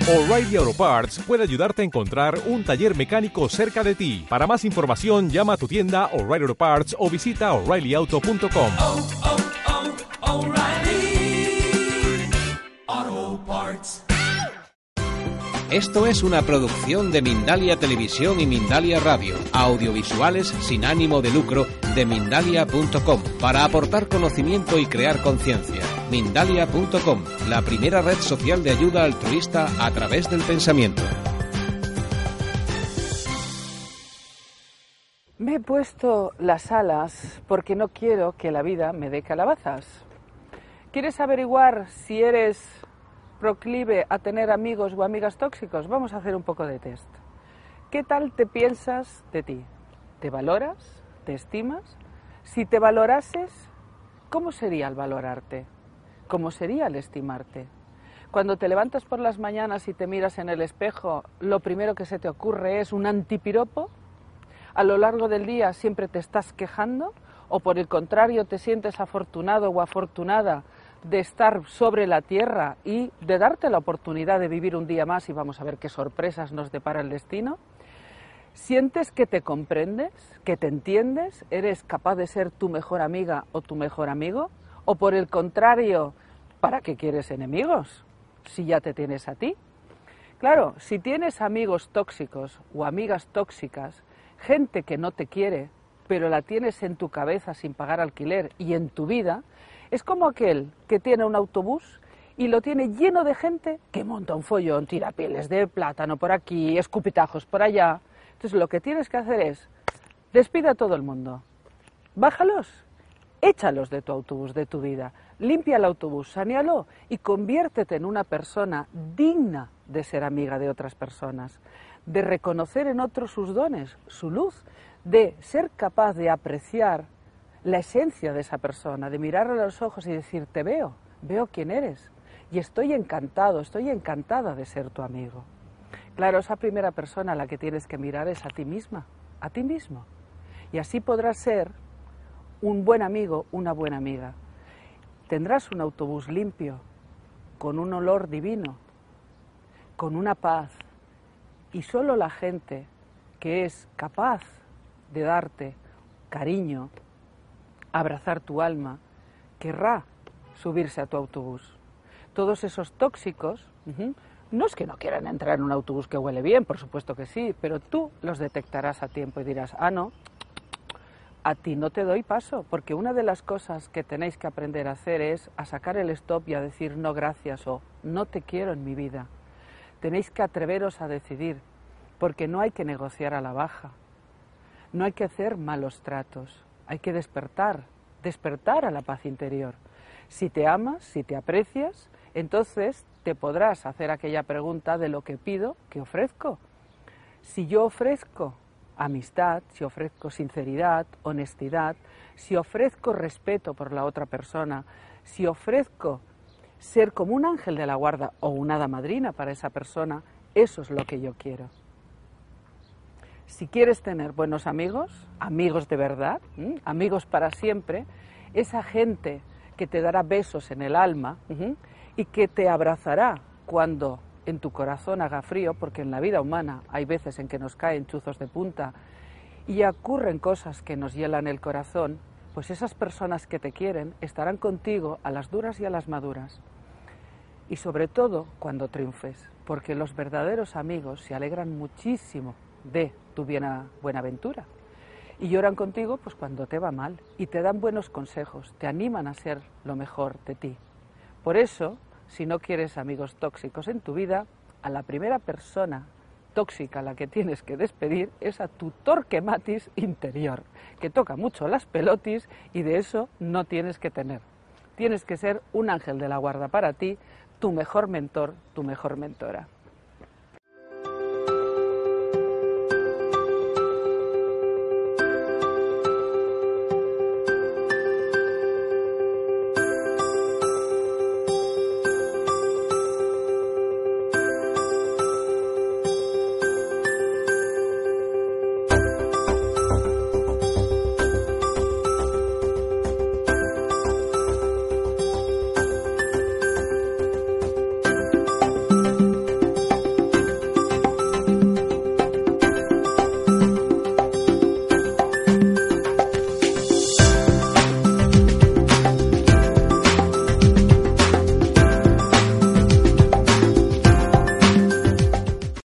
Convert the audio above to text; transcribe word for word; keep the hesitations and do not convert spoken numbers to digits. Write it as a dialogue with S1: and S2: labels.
S1: O'Reilly Auto Parts puede ayudarte a encontrar un taller mecánico cerca de ti. Para más información, llama a tu tienda O'Reilly Auto Parts o visita O'Reilly Auto punto com.
S2: Oh, oh, oh, O'Reilly Auto Parts.
S3: Esto es una producción de Mindalia Televisión y Mindalia Radio, audiovisuales sin ánimo de lucro de Mindalia punto com, para aportar conocimiento y crear conciencia. Mindalia punto com, la primera red social de ayuda altruista a través del pensamiento.
S4: Me he puesto las alas porque no quiero que la vida me dé calabazas. ¿Quieres averiguar si eres proclive a tener amigos o amigas tóxicos? Vamos a hacer un poco de test. ¿Qué tal te piensas de ti? ¿Te valoras? ¿Te estimas? Si te valorases, ¿cómo sería el valorarte? ¿Cómo sería el estimarte? Cuando te levantas por las mañanas y te miras en el espejo, ¿lo primero que se te ocurre es un antipiropo? ¿A lo largo del día siempre te estás quejando? ¿O por el contrario te sientes afortunado o afortunada de estar sobre la tierra y de darte la oportunidad de vivir un día más y vamos a ver qué sorpresas nos depara el destino? ¿Sientes que te comprendes, que te entiendes, eres capaz de ser tu mejor amiga o tu mejor amigo? ¿O por el contrario, para qué quieres enemigos si ya te tienes a ti? Claro, si tienes amigos tóxicos o amigas tóxicas, gente que no te quiere, pero la tienes en tu cabeza sin pagar alquiler y en tu vida, es como aquel que tiene un autobús y lo tiene lleno de gente que monta un follón, tira pieles de plátano por aquí, escupitajos por allá. Entonces lo que tienes que hacer es, despide a todo el mundo, bájalos, échalos de tu autobús, de tu vida, limpia el autobús, sanéalo y conviértete en una persona digna de ser amiga de otras personas, de reconocer en otros sus dones, su luz, de ser capaz de apreciar la esencia de esa persona, de mirarle a los ojos y decir, te veo, veo quién eres y estoy encantado, estoy encantada de ser tu amigo. Claro, esa primera persona a la que tienes que mirar es a ti misma, a ti mismo. Y así podrás ser un buen amigo, una buena amiga. Tendrás un autobús limpio, con un olor divino, con una paz. Y solo la gente que es capaz de darte cariño, abrazar tu alma, querrá subirse a tu autobús. Todos esos tóxicos, uh-huh, no es que no quieran entrar en un autobús que huele bien, por supuesto que sí, pero tú los detectarás a tiempo y dirás, ah, no, a ti no te doy paso, porque una de las cosas que tenéis que aprender a hacer es a sacar el stop y a decir no gracias o no te quiero en mi vida. Tenéis que atreveros a decidir, porque no hay que negociar a la baja, no hay que hacer malos tratos. Hay que despertar, despertar a la paz interior. Si te amas, si te aprecias, entonces te podrás hacer aquella pregunta de lo que pido, ¿qué ofrezco? Si yo ofrezco amistad, si ofrezco sinceridad, honestidad, si ofrezco respeto por la otra persona, si ofrezco ser como un ángel de la guarda o una hada madrina para esa persona, eso es lo que yo quiero. Si quieres tener buenos amigos, amigos de verdad, ¿eh? amigos para siempre, esa gente que te dará besos en el alma ¿eh? y que te abrazará cuando en tu corazón haga frío, porque en la vida humana hay veces en que nos caen chuzos de punta y ocurren cosas que nos hielan el corazón, pues esas personas que te quieren estarán contigo a las duras y a las maduras. Y sobre todo cuando triunfes, porque los verdaderos amigos se alegran muchísimo de tu buena, buena aventura y lloran contigo pues cuando te va mal y te dan buenos consejos, te animan a ser lo mejor de ti. Por eso, si no quieres amigos tóxicos en tu vida, a la primera persona tóxica a la que tienes que despedir es a tu torquematis interior, que toca mucho las pelotis y de eso no tienes que tener. Tienes que ser un ángel de la guarda para ti, tu mejor mentor, tu mejor mentora.